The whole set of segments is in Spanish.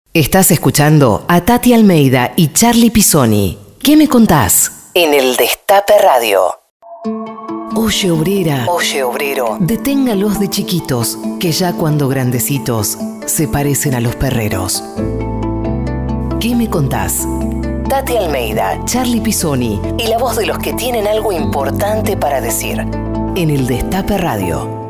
Estás escuchando a Tati Almeida y Charlie Pisoni. ¿Qué me contás? En el Destape Radio. Oye, obrera. Oye, obrero. Deténgalos de chiquitos, que ya cuando grandecitos se parecen a los perreros. ¿Qué me contás? Tati Almeida, Charlie Pisoni y la voz de los que tienen algo importante para decir. En el Destape Radio.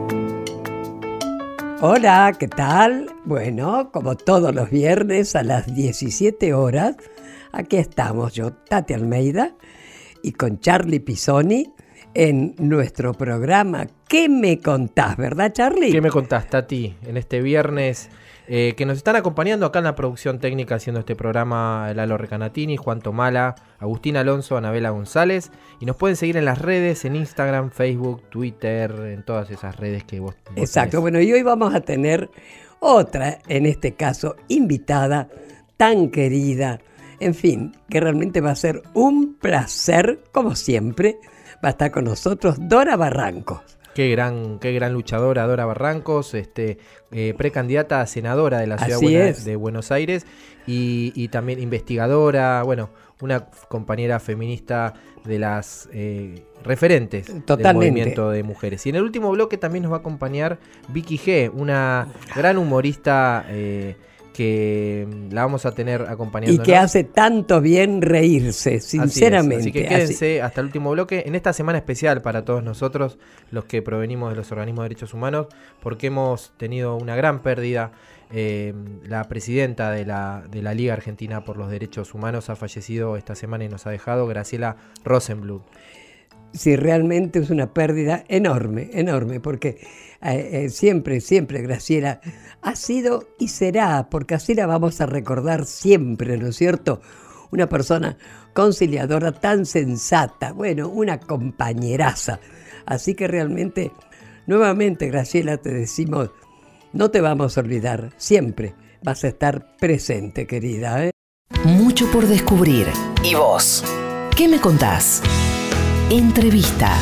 Hola, ¿qué tal? Bueno, como todos los viernes a las 17 horas, aquí estamos yo, Tati Almeida, y con Charlie Pisoni en nuestro programa ¿Qué me contás? ¿Verdad, Charlie? ¿Qué me contás, Tati? En este viernes que nos están acompañando acá en la producción técnica haciendo este programa Lalo Recanatini, Juan Tomala, Agustín Alonso, Anabela González, y nos pueden seguir en las redes, en Instagram, Facebook, Twitter, en todas esas redes que vos Exacto, tenés. Bueno, y hoy vamos a tener otra, en este caso, invitada tan querida, en fin, que realmente va a ser un placer, como siempre, va a estar con nosotros Dora Barrancos. Qué gran luchadora Dora Barrancos, precandidata a senadora de la ciudad de Buenos Aires y también investigadora, bueno, una compañera feminista de las referentes del movimiento de mujeres. Y en el último bloque también nos va a acompañar Vicky G, una gran humorista que la vamos a tener acompañándonos. Y que hace tanto bien reírse, sinceramente. Así que quédense hasta el último bloque en esta semana especial para todos nosotros, los que provenimos de los organismos de derechos humanos, porque hemos tenido una gran pérdida. La presidenta de la Liga Argentina por los Derechos Humanos ha fallecido esta semana y nos ha dejado, Graciela Rosenbluth. Sí, realmente es una pérdida enorme, porque siempre Graciela ha sido y será, porque así la vamos a recordar siempre, ¿no es cierto? Una persona conciliadora tan sensata, bueno, una compañeraza. Así que realmente, nuevamente, Graciela, te decimos, no te vamos a olvidar, siempre vas a estar presente, querida, ¿eh? Mucho por descubrir. ¿Y vos? ¿Qué me contás? Entrevista.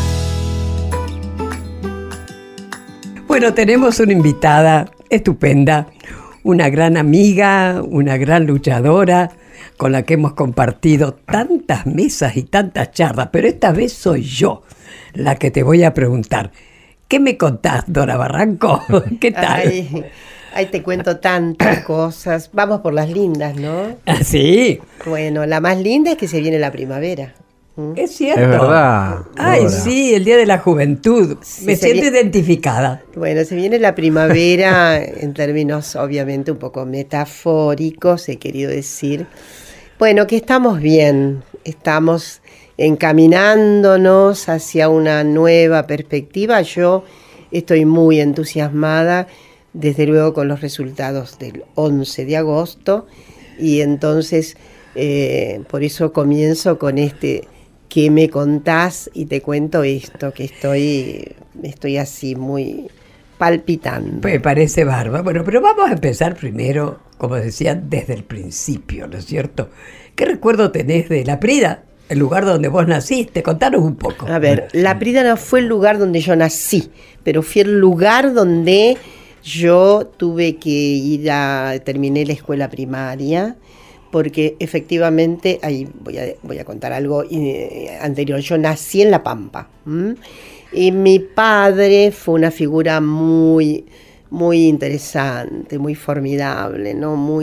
Bueno, tenemos una invitada estupenda, una gran amiga, una gran luchadora, con la que hemos compartido tantas mesas y tantas charlas, pero esta vez soy yo la que te voy a preguntar. ¿Qué me contás, Dora Barranco? ¿Qué tal? Ahí te cuento tantas cosas. Vamos por las lindas, ¿no? ¿Ah, sí? Bueno, la más linda es que se viene la primavera. Es cierto. Es verdad. Ay, Dora. Sí, el Día de la Juventud. Me siento identificada. Bueno, se viene la primavera en términos obviamente un poco metafóricos, he querido decir. Bueno, que estamos bien, estamos encaminándonos hacia una nueva perspectiva. Yo estoy muy entusiasmada, desde luego con los resultados del 11 de agosto, y entonces por eso comienzo con ¿qué me contás? Y te cuento esto, que estoy así muy palpitando. Me parece bárbaro. Bueno, pero vamos a empezar primero, como decía, desde el principio, ¿no es cierto? ¿Qué recuerdo tenés de La Prida, el lugar donde vos naciste? Contanos un poco. A ver, La Prida no fue el lugar donde yo nací, pero fue el lugar donde yo tuve que terminé la escuela primaria, porque efectivamente, ahí voy a contar algo anterior, yo nací en La Pampa, y mi padre fue una figura muy, muy interesante, muy formidable, ¿no?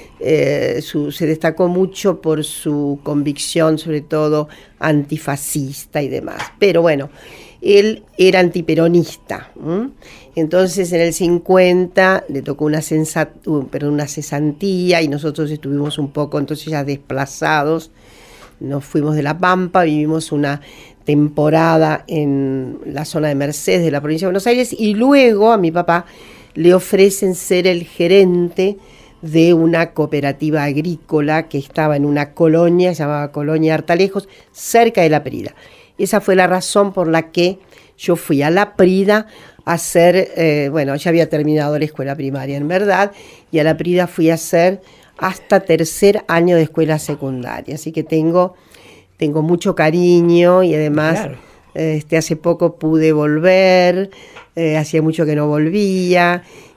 Se destacó mucho por su convicción, sobre todo antifascista y demás. Pero bueno, él era antiperonista. Entonces en el 50 le tocó una cesantía y nosotros estuvimos un poco entonces ya desplazados. Nos fuimos de La Pampa, vivimos una temporada en la zona de Mercedes de la provincia de Buenos Aires, y luego a mi papá le ofrecen ser el gerente de una cooperativa agrícola que estaba en una colonia, se llamaba Colonia Artalejos, cerca de La Prida. Esa fue la razón por la que yo fui a La Prida a hacer, ya había terminado la escuela primaria en verdad, y a La Prida fui a hacer hasta tercer año de escuela secundaria, así que tengo mucho cariño, y además Claro. Hace poco pude volver, hacía mucho que no volvía,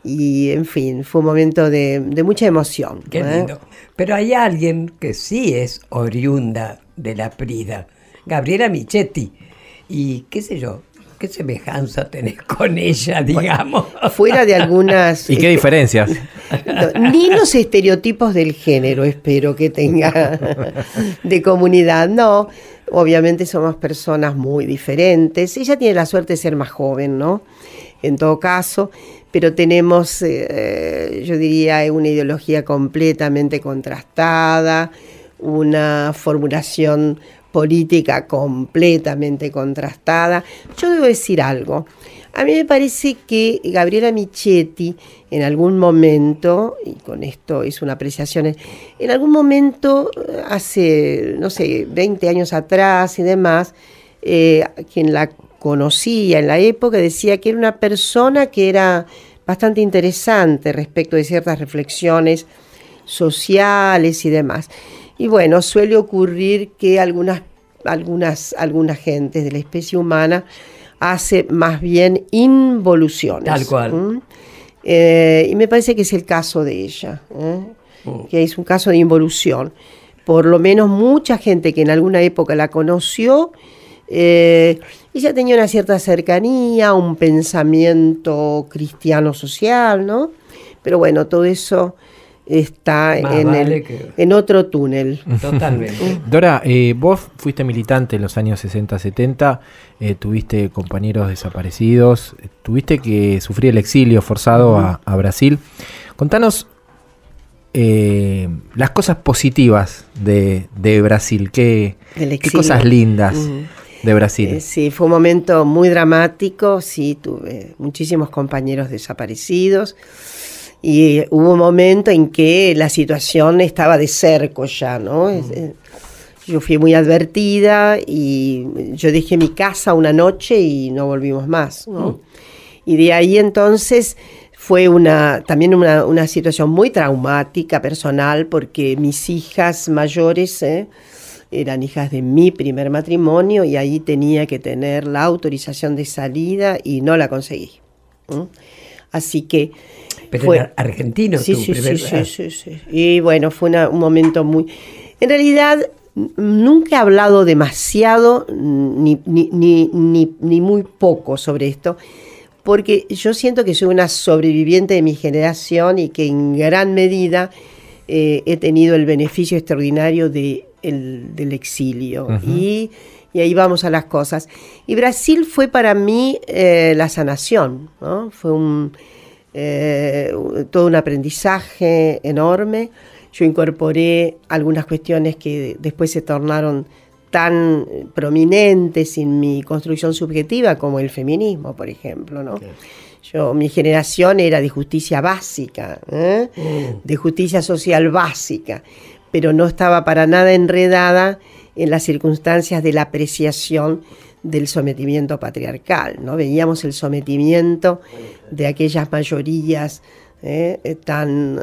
y en fin, fue un momento de mucha emoción. Qué lindo. Pero hay alguien que sí es oriunda de la Prida, Gabriela Michetti, y qué sé yo, qué semejanza tenés con ella, digamos. Bueno, fuera de algunas... ¿Y qué diferencias? Ni los estereotipos del género espero que tenga de comunidad, no. Obviamente somos personas muy diferentes. Ella tiene la suerte de ser más joven, ¿no? En todo caso, pero tenemos, yo diría, una ideología completamente contrastada, una formulación política completamente contrastada. Yo debo decir algo. A mí me parece que Gabriela Michetti, en algún momento, y con esto es una apreciación, en algún momento, hace, no sé, 20 años atrás y demás, quien la conocía en la época decía que era una persona que era bastante interesante respecto de ciertas reflexiones sociales y demás. Y bueno, suele ocurrir que algunas gentes de la especie humana hace más bien involuciones. Tal cual. Y me parece que es el caso de ella, que es un caso de involución. Por lo menos mucha gente que en alguna época la conoció, ella tenía una cierta cercanía, un pensamiento cristiano social, ¿no? Pero bueno, todo eso está en otro túnel. Totalmente. Dora, vos fuiste militante en los años 60-70, tuviste compañeros desaparecidos, tuviste que sufrir el exilio forzado a Brasil. Contanos las cosas positivas de Brasil, qué cosas lindas de Brasil. Sí, fue un momento muy dramático, sí, tuve muchísimos compañeros desaparecidos. Y hubo un momento en que la situación estaba de cerco ya, ¿no? Yo fui muy advertida y yo dejé mi casa una noche y no volvimos más, ¿no? Y de ahí entonces fue también una situación muy traumática personal, porque mis hijas mayores eran hijas de mi primer matrimonio y ahí tenía que tener la autorización de salida y no la conseguí. Así que... Pero fue era argentino, sí, sí. Y bueno, fue un momento muy... En realidad, nunca he hablado demasiado, ni muy poco sobre esto, porque yo siento que soy una sobreviviente de mi generación y que en gran medida he tenido el beneficio extraordinario del exilio. Y ahí vamos a las cosas. Y Brasil fue para mí la sanación, ¿no? Fue todo un aprendizaje enorme. Yo incorporé algunas cuestiones que después se tornaron tan prominentes en mi construcción subjetiva, como el feminismo, por ejemplo, ¿no? Sí. Mi generación era de justicia básica, de justicia social básica, pero no estaba para nada enredada en las circunstancias de la apreciación del sometimiento patriarcal, ¿no? Veíamos el sometimiento de aquellas mayorías tan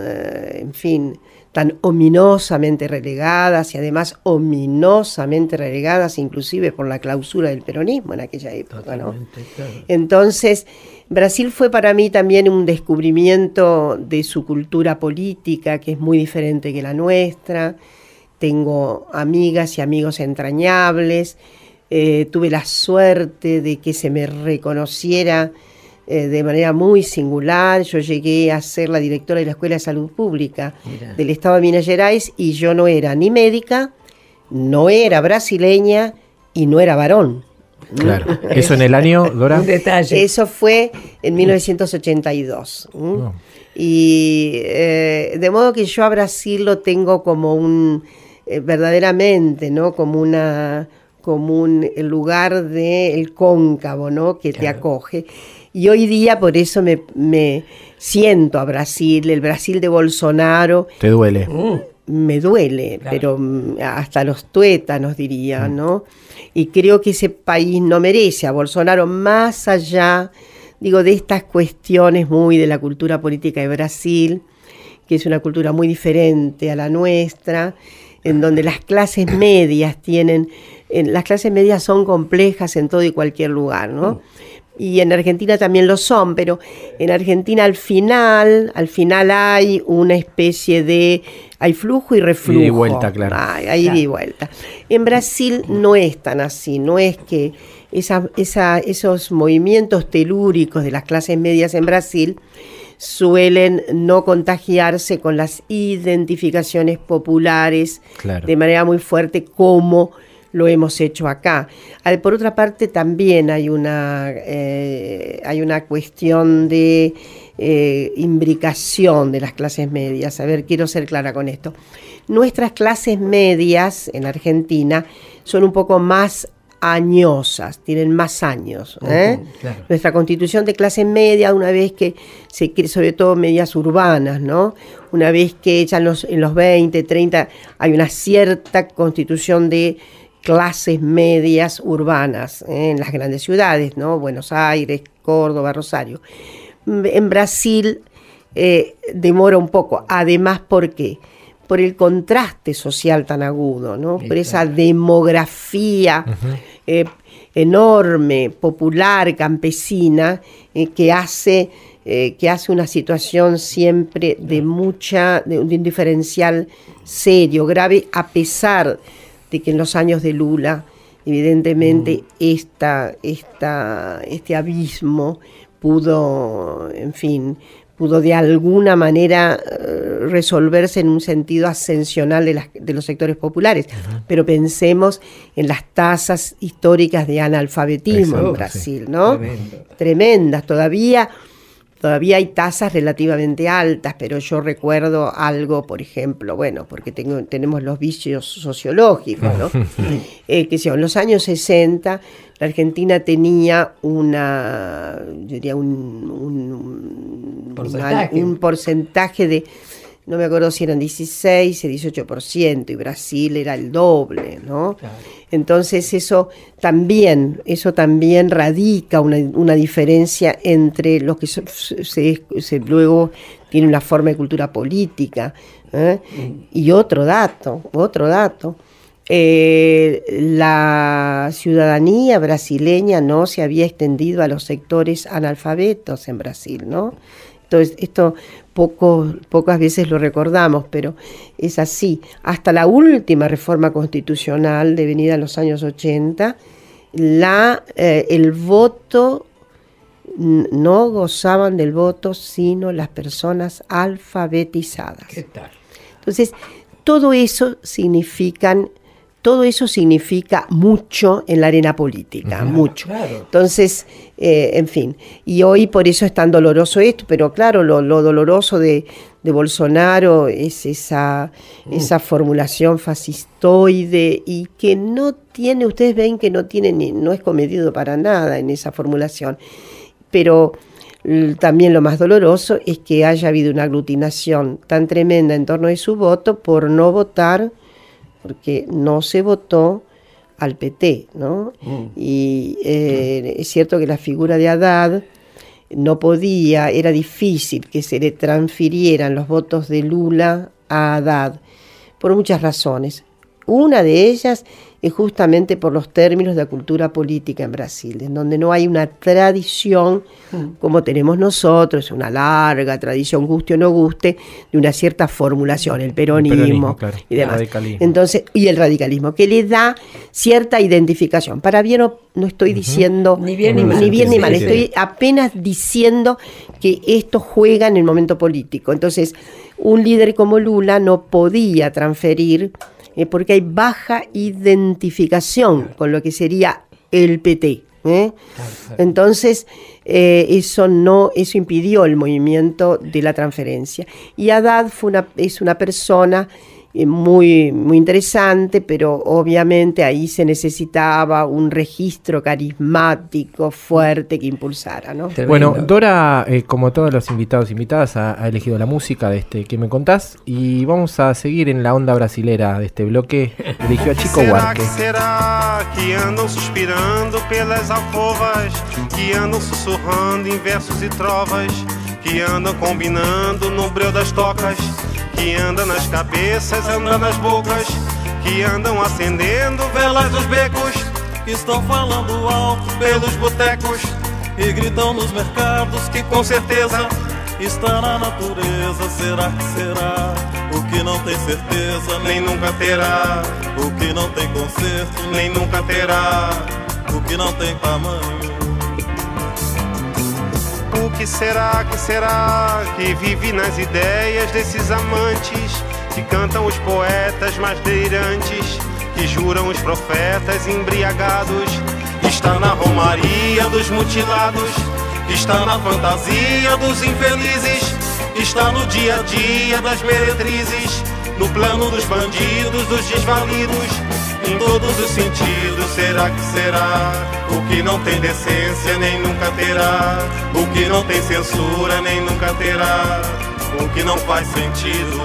ominosamente relegadas, y además ominosamente relegadas inclusive por la clausura del peronismo en aquella época, ¿no? Claro. Entonces, Brasil fue para mí también un descubrimiento de su cultura política, que es muy diferente que la nuestra. Tengo amigas y amigos entrañables. Tuve la suerte de que se me reconociera de manera muy singular. Yo llegué a ser la directora de la Escuela de Salud Pública del Estado de Minas Gerais, y yo no era ni médica, no era brasileña y no era varón. Claro. ¿Eso en el año, Dora? Un detalle. Eso fue en 1982. No. Y de modo que yo a Brasil lo tengo como verdaderamente, ¿no? Como un lugar del cóncavo, ¿no? Que te acoge. Y hoy día por eso me siento a Brasil, el Brasil de Bolsonaro. ¿Te duele? Me duele, claro. Pero hasta los tuétanos diría, ¿no? Y creo que ese país no merece a Bolsonaro, más allá, digo, de estas cuestiones muy de la cultura política de Brasil, que es una cultura muy diferente a la nuestra, en donde las clases medias las clases medias son complejas en todo y cualquier lugar, ¿no? y en Argentina también lo son, pero en Argentina al final hay una especie de... Hay flujo y reflujo. Ida y vuelta, claro. Hay ida y vuelta. En Brasil no es tan así, no es que esos movimientos telúricos de las clases medias en Brasil suelen no contagiarse con las identificaciones populares de manera muy fuerte como lo hemos hecho acá. Por otra parte, también hay una cuestión de imbricación de las clases medias. A ver, quiero ser clara con esto. Nuestras clases medias en Argentina son un poco más añosas, tienen más años. Claro. Nuestra constitución de clase media, una vez que se cree, sobre todo medias urbanas, ¿no? Una vez que ya en los 20, 30 hay una cierta constitución de clases medias urbanas, en las grandes ciudades, ¿no? Buenos Aires, Córdoba, Rosario. En Brasil demora un poco, además, ¿por qué? Por el contraste social tan agudo, ¿no? Por esa demografía enorme, popular, campesina, que hace una situación siempre de un diferencial serio, grave, a pesar de que en los años de Lula, evidentemente, este abismo pudo de alguna manera resolverse en un sentido ascensional de los sectores populares. Pero pensemos en las tasas históricas de analfabetismo en Brasil, ¿no? Tremendas. Todavía hay tasas relativamente altas, pero yo recuerdo algo, por ejemplo, porque tenemos los vicios sociológicos, ¿no? Que en los años 60 la Argentina tenía un porcentaje de, no me acuerdo si eran 16 o 18%, y Brasil era el doble, ¿no? Claro. Entonces eso también radica una diferencia entre los que luego tienen una forma de cultura política. Y otro dato, la ciudadanía brasileña no se había extendido a los sectores analfabetos en Brasil, ¿no? Entonces, esto pocas veces lo recordamos, pero es así. Hasta la última reforma constitucional devenida en los años 80, el voto, no gozaban del voto sino las personas alfabetizadas. ¿Qué tal? Entonces, todo eso significa mucho en la arena política, mucho. Claro. Entonces, en fin, y hoy por eso es tan doloroso esto, pero claro, lo doloroso de Bolsonaro es esa formulación fascistoide y que no tiene, ustedes ven que no es comedido para nada en esa formulación, pero también lo más doloroso es que haya habido una aglutinación tan tremenda en torno de su voto por no votar, porque no se votó al PT, ¿no? Y es cierto que la figura de Haddad era difícil que se le transfirieran los votos de Lula a Haddad, por muchas razones. Una de ellas es justamente por los términos de la cultura política en Brasil, en donde no hay una tradición como tenemos nosotros, una larga tradición, guste o no guste, de una cierta formulación, el peronismo claro, y demás. Entonces, y el radicalismo, que le da cierta identificación. Para bien no estoy diciendo ni bien ni mal, estoy apenas diciendo que esto juega en el momento político. Entonces, un líder como Lula no podía transferir porque hay baja identificación con lo que sería el PT. Entonces, eso impidió el movimiento de la transferencia. Y Haddad es una persona muy, muy interesante, pero obviamente ahí se necesitaba un registro carismático fuerte que impulsara, ¿no? Bueno, Dora, como todos los invitados e invitadas, ha elegido la música de que me contás, y vamos a seguir en la onda brasilera de este bloque. Eligió a Chico Buarque. Será que andam suspirando pelas alcovas, que andam sussurrando em versos e trovas, que andam combinando no breu das tocas, que anda nas cabeças, anda nas bocas, que andam acendendo velas nos becos, que estão falando alto pelos botecos, e gritam nos mercados que com certeza está na natureza. Será que será? O que não tem certeza nem nunca terá. O que não tem conserto nem nunca terá. O que não tem tamanho. O que será que vive nas ideias desses amantes que cantam os poetas mais delirantes, que juram os profetas embriagados? Está na romaria dos mutilados, está na fantasia dos infelizes, está no dia a dia das meretrizes, no plano dos bandidos, dos desvalidos, em todos os sentidos. Será que será? O que não tem decência nem nunca terá. O que não tem censura nem nunca terá. O que não faz sentido.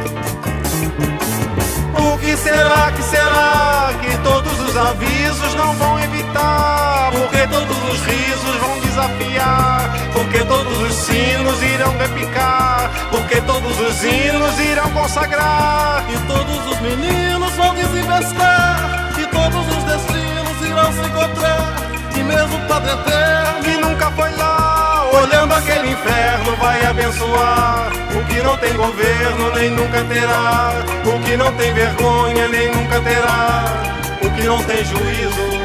O que será que todos os avisos não vão evitar? Porque todos os risos vão desafiar. Porque todos os sinos irão repicar. Porque todos os hinos irão consagrar. E todos os meninos vão desinvestar. E todos os destinos irão se encontrar. E mesmo o Padre Eterno, que nunca foi lá, olhando aquele inferno, vai abençoar. O que não tem governo nem nunca terá. O que não tem vergonha nem nunca terá. O que não tem juízo.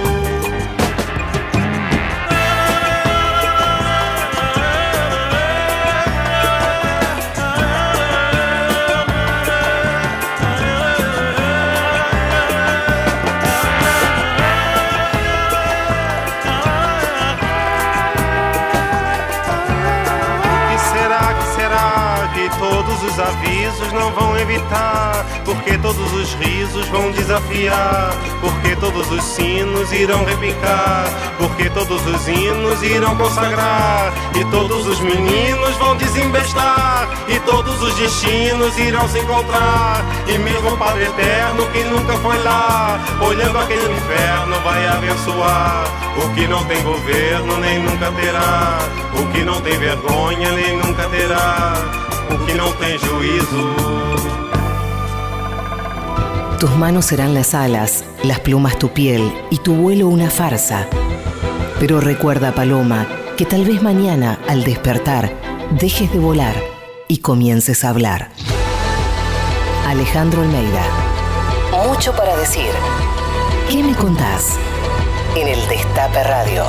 Todos os avisos não vão evitar, porque todos os risos vão desafiar, porque todos os sinos irão repicar, porque todos os hinos irão consagrar, e todos os meninos vão desembestar, e todos os destinos irão se encontrar, e mesmo o Padre Eterno que nunca foi lá, olhando aquele inferno vai abençoar. O que não tem governo nem nunca terá, o que não tem vergonha nem nunca terá, o que no tem juicio. Tus manos serán las alas, las plumas tu piel y tu vuelo una farsa. Pero recuerda, paloma, que tal vez mañana, al despertar, dejes de volar y comiences a hablar. Alejandro Almeida. Mucho para decir. ¿Qué me contás? En el Destape Radio.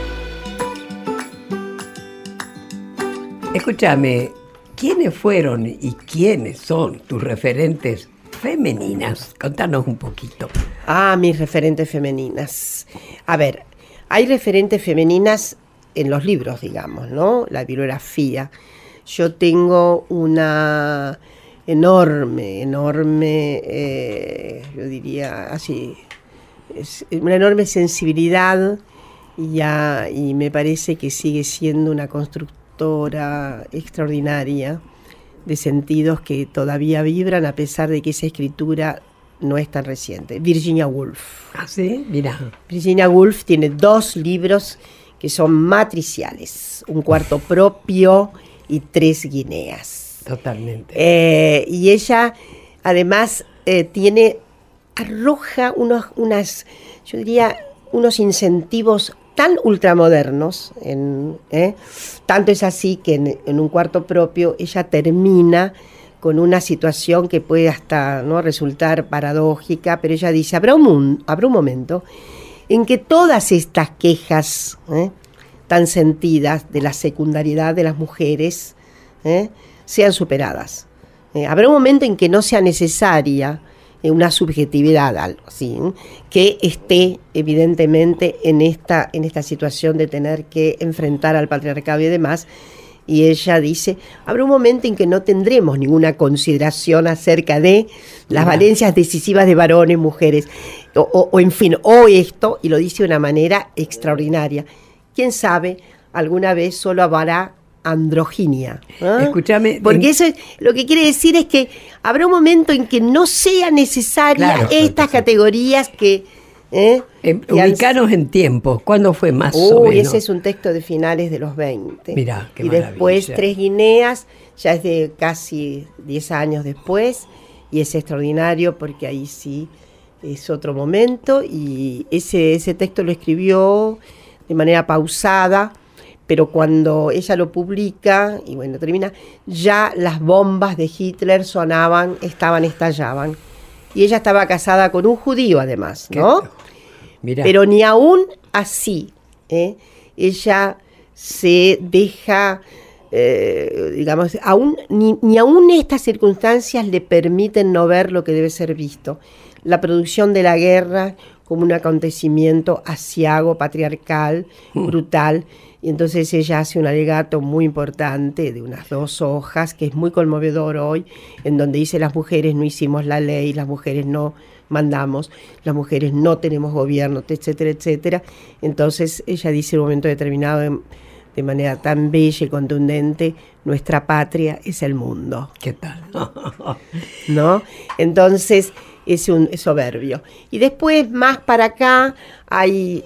Escúchame, ¿quiénes fueron y quiénes son tus referentes femeninas? Contanos un poquito. Mis referentes femeninas. A ver, hay referentes femeninas en los libros, digamos, ¿no? La bibliografía. Yo tengo una enorme, yo diría así, una enorme sensibilidad y me parece que sigue siendo una constructora extraordinaria de sentidos que todavía vibran a pesar de que esa escritura no es tan reciente. Virginia Woolf. ¿Ah, sí? Mira. Virginia Woolf tiene 2 libros que son matriciales, Un cuarto propio y 3 guineas. Totalmente. Y ella además arroja yo diría, unos incentivos tan ultramodernos, tanto es así que en Un cuarto propio ella termina con una situación que puede hasta no resultar paradójica, pero ella dice, habrá un momento en que todas estas quejas tan sentidas de la secundariedad de las mujeres sean superadas. Habrá un momento en que no sea necesaria una subjetividad, algo así, que esté evidentemente en esta situación de tener que enfrentar al patriarcado y demás. Y ella dice, habrá un momento en que no tendremos ninguna consideración acerca de las valencias decisivas de varones, mujeres, o en fin, o esto, y lo dice de una manera extraordinaria. ¿Quién sabe? Alguna vez solo habrá androginia. Escúchame. Porque eso lo que quiere decir es que habrá un momento en que no sea necesaria estas categorías que... ubicanos en tiempo. ¿Cuándo fue más o menos? Ese es un texto de finales de los 20. Mirá, qué y maravilla. Después 3 guineas, ya es de casi 10 años después, y es extraordinario porque ahí sí es otro momento, y ese texto lo escribió de manera pausada, pero cuando ella lo publica, y bueno, termina, ya las bombas de Hitler estallaban. Y ella estaba casada con un judío además, ¿no? Mirá. Pero ni aún así, ella se deja, digamos, ni aún estas circunstancias le permiten no ver lo que debe ser visto. La producción de la guerra como un acontecimiento aciago, patriarcal, brutal. Y entonces ella hace un alegato muy importante de unas 2 hojas, que es muy conmovedor hoy, en donde dice: las mujeres no hicimos la ley, las mujeres no mandamos, las mujeres no tenemos gobierno, etcétera, etcétera. Entonces ella dice en un momento determinado, de manera tan bella y contundente: nuestra patria es el mundo. ¿Qué tal? ¿No? Entonces es soberbio. Y después, más para acá, hay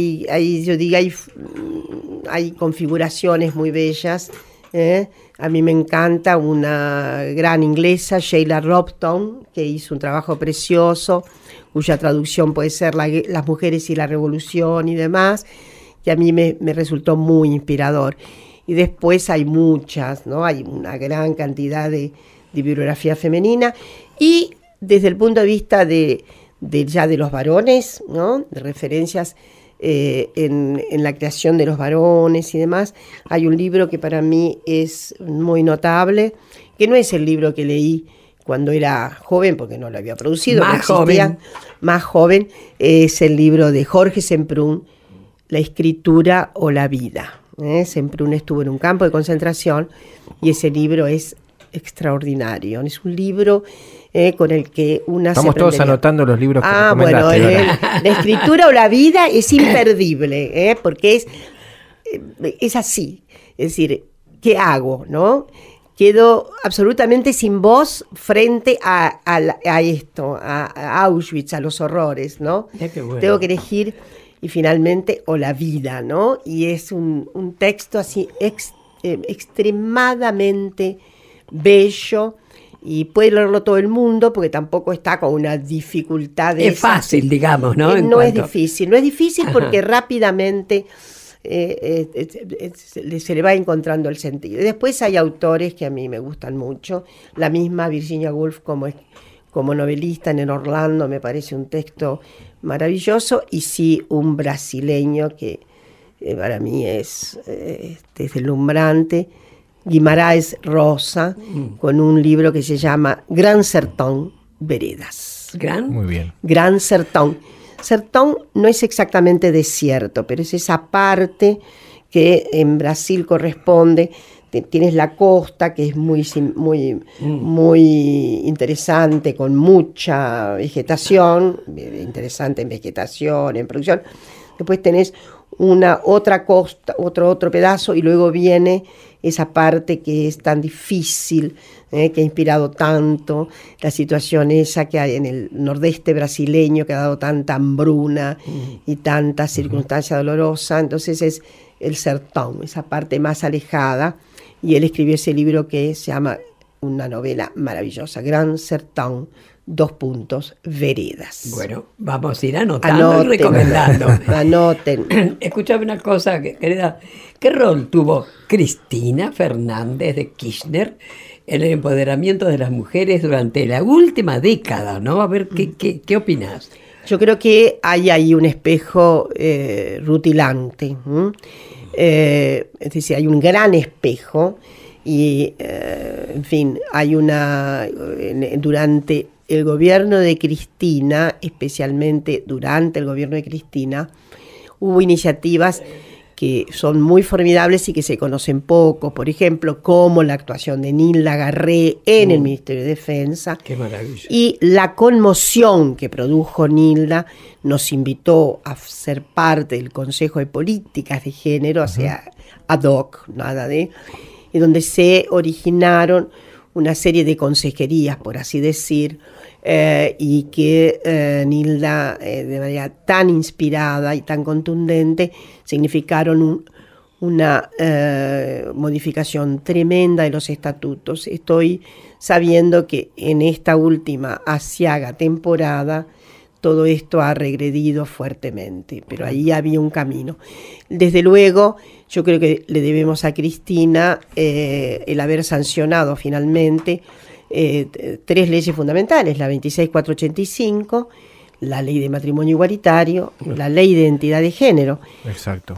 configuraciones muy bellas. A mí me encanta una gran inglesa, Sheila Ropton, que hizo un trabajo precioso, cuya traducción puede ser Las mujeres y la revolución y demás, que a mí me resultó muy inspirador. Y después hay muchas, ¿no? Hay una gran cantidad de bibliografía femenina. Y desde el punto de vista de los varones, ¿no? De referencias en la creación de los varones y demás, hay un libro que para mí es muy notable, que no es el libro que leí cuando era joven, porque no lo había producido, más joven, es el libro de Jorge Semprún, La escritura o la vida. Semprún estuvo en un campo de concentración y ese libro es extraordinario. Es un libro con el que estamos todos anotando los libros que recomendaste. Bueno, La escritura o la vida es imperdible, porque es así. Es decir, ¿qué hago, no? Quedo absolutamente sin voz frente a esto, a Auschwitz, a los horrores, ¿no? Bueno. Tengo que elegir, y finalmente, o la vida, ¿no? Y es un texto así extremadamente bello, y puede leerlo todo el mundo porque tampoco está con una dificultad. Es fácil, digamos, ¿no? Es difícil porque rápidamente se le va encontrando el sentido. Y después hay autores que a mí me gustan mucho. La misma Virginia Woolf como novelista en el Orlando me parece un texto maravilloso, y sí un brasileño que para mí es deslumbrante, Guimarães Rosa, con un libro que se llama Gran Sertón, Veredas. Muy bien. Gran Sertón. Sertón no es exactamente desierto, pero es esa parte que en Brasil corresponde. Tienes la costa, que es muy interesante, con mucha vegetación, interesante en vegetación, en producción. Después tenés otra costa, otro pedazo, y luego viene esa parte que es tan difícil, que ha inspirado tanto, la situación esa que hay en el nordeste brasileño, que ha dado tanta hambruna y tanta circunstancia dolorosa. Entonces es el sertón, esa parte más alejada, y él escribió ese libro que se llama, una novela maravillosa, Gran Sertón, Veredas. Bueno, vamos a ir anotando y recomendando. Anoten. Escúchame una cosa, querida. ¿Qué rol tuvo Cristina Fernández de Kirchner en el empoderamiento de las mujeres durante la última década, ¿no? A ver, ¿qué opinás? Yo creo que hay ahí un espejo rutilante. Es decir, hay un gran espejo y, en fin, hay durante el gobierno de Cristina, especialmente durante el gobierno de Cristina, hubo iniciativas que son muy formidables y que se conocen poco, por ejemplo, como la actuación de Nilda Garré en el Ministerio de Defensa. ¡Qué maravilla! Y la conmoción que produjo Nilda nos invitó a ser parte del Consejo de Políticas de Género, o sea, ad hoc, y donde se originaron una serie de consejerías, por así decir, y que Nilda, de manera tan inspirada y tan contundente, significaron una modificación tremenda de los estatutos. Estoy sabiendo que en esta última aciaga temporada todo esto ha regredido fuertemente, pero ahí había un camino. Desde luego, yo creo que le debemos a Cristina el haber sancionado finalmente 3 leyes fundamentales, la 26485, la ley de matrimonio igualitario, la ley de identidad de género. Exacto.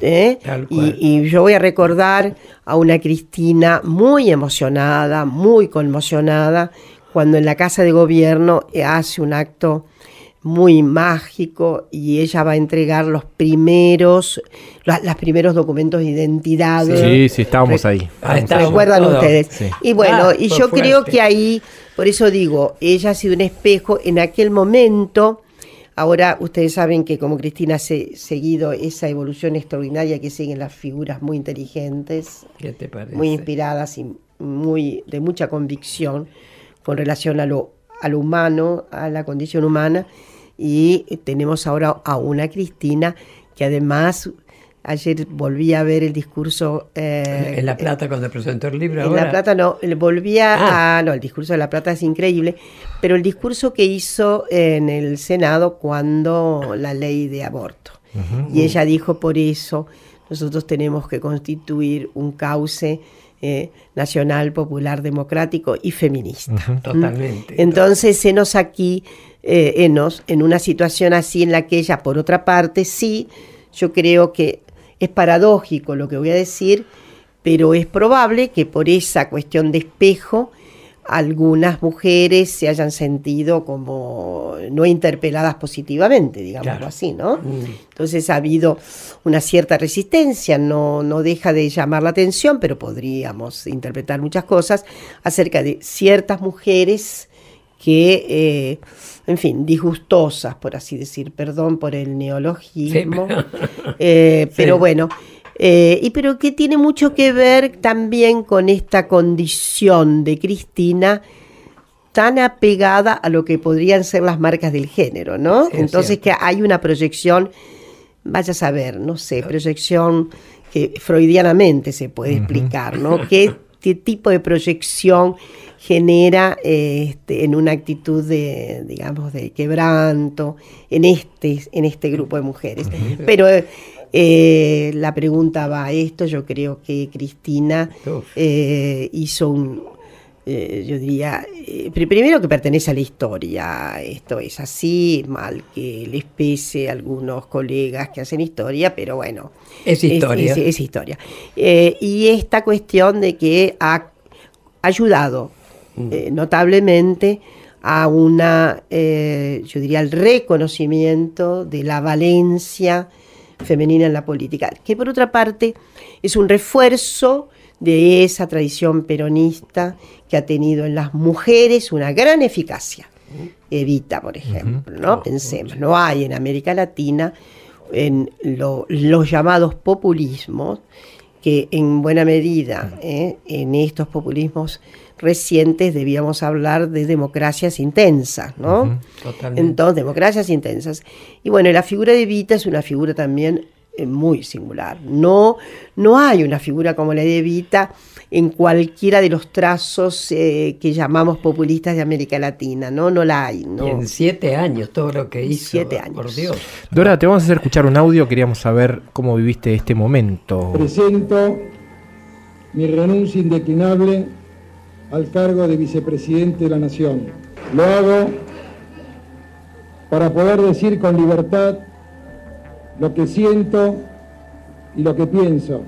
Y yo voy a recordar a una Cristina muy emocionada, muy conmocionada, cuando en la Casa de Gobierno hace un acto muy mágico y ella va a entregar los primeros documentos de identidad. Sí, estábamos ahí. ¿Recuerdan ustedes? Sí. Y bueno, y yo fuerte. creo que ahí, por eso digo, ella ha sido un espejo en aquel momento. Ahora ustedes saben que como Cristina ha seguido esa evolución extraordinaria que siguen las figuras muy inteligentes, ¿qué te parece? Muy inspiradas y de mucha convicción con relación a lo humano, a la condición humana, y tenemos ahora a una Cristina que además, ayer volví a ver el discurso... en La Plata cuando presentó el libro. En ahora. La Plata no, el discurso de La Plata es increíble, pero el discurso que hizo en el Senado cuando la ley de aborto. Y ella dijo, por eso nosotros tenemos que constituir un cauce nacional, popular, democrático y feminista. Totalmente. Entonces, enos aquí, en una situación así en la que ella, por otra parte, sí, yo creo que es paradójico lo que voy a decir, pero es probable que por esa cuestión de espejo algunas mujeres se hayan sentido como no interpeladas positivamente, digámoslo así, ¿no? Entonces ha habido una cierta resistencia, no deja de llamar la atención, pero podríamos interpretar muchas cosas acerca de ciertas mujeres que, en fin, disgustosas, por así decir, perdón por el neologismo, pero bueno, pero que tiene mucho que ver también con esta condición de Cristina tan apegada a lo que podrían ser las marcas del género, ¿no? Sí, entonces que hay una proyección, vaya a saber, no sé, proyección que freudianamente se puede explicar, ¿no? ¿Qué tipo de proyección genera en una actitud de, digamos, de quebranto en este grupo de mujeres? Pero la pregunta va a esto. Yo creo que Cristina hizo yo diría, primero que pertenece a la historia. Esto es así, mal que les pese a algunos colegas que hacen historia, pero bueno, es historia. Es historia. Y esta cuestión de que ha ayudado notablemente a yo diría, al reconocimiento de la valencia femenina en la política, que por otra parte es un refuerzo de esa tradición peronista que ha tenido en las mujeres una gran eficacia. Evita, por ejemplo, ¿no? Pensemos, no hay en América Latina en los llamados populismos, que en buena medida en estos populismos recientes debíamos hablar de democracias intensas, ¿no? Totalmente. Entonces, democracias intensas. Y bueno, la figura de Evita es una figura también muy singular. No hay una figura como la de Evita en cualquiera de los trazos que llamamos populistas de América Latina, no la hay. ¿no? Y en 7 años, todo lo que hizo, 7 años. Por Dios. Dora, te vamos a hacer escuchar un audio, queríamos saber cómo viviste este momento. Presento mi renuncia indeclinable al cargo de vicepresidente de la Nación. Lo hago para poder decir con libertad lo que siento y lo que pienso,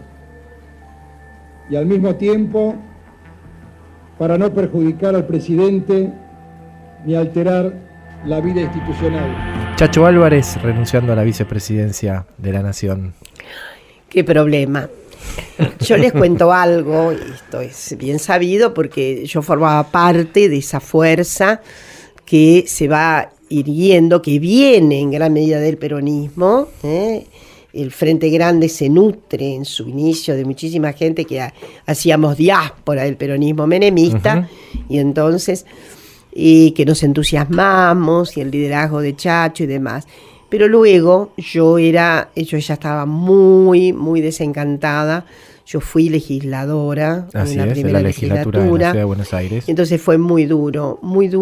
y al mismo tiempo para no perjudicar al presidente ni alterar la vida institucional. Chacho Álvarez renunciando a la vicepresidencia de la Nación. Qué problema. Yo les cuento algo, y esto es bien sabido porque yo formaba parte de esa fuerza que se va irguiendo, que viene en gran medida del peronismo. El Frente Grande se nutre en su inicio de muchísima gente que hacíamos diáspora del peronismo menemista, y entonces, y que nos entusiasmamos, y el liderazgo de Chacho y demás. Pero luego yo ya estaba muy, muy desencantada. yo fui legisladora en la primera legislatura de la Ciudad de Buenos Aires. Entonces fue muy duro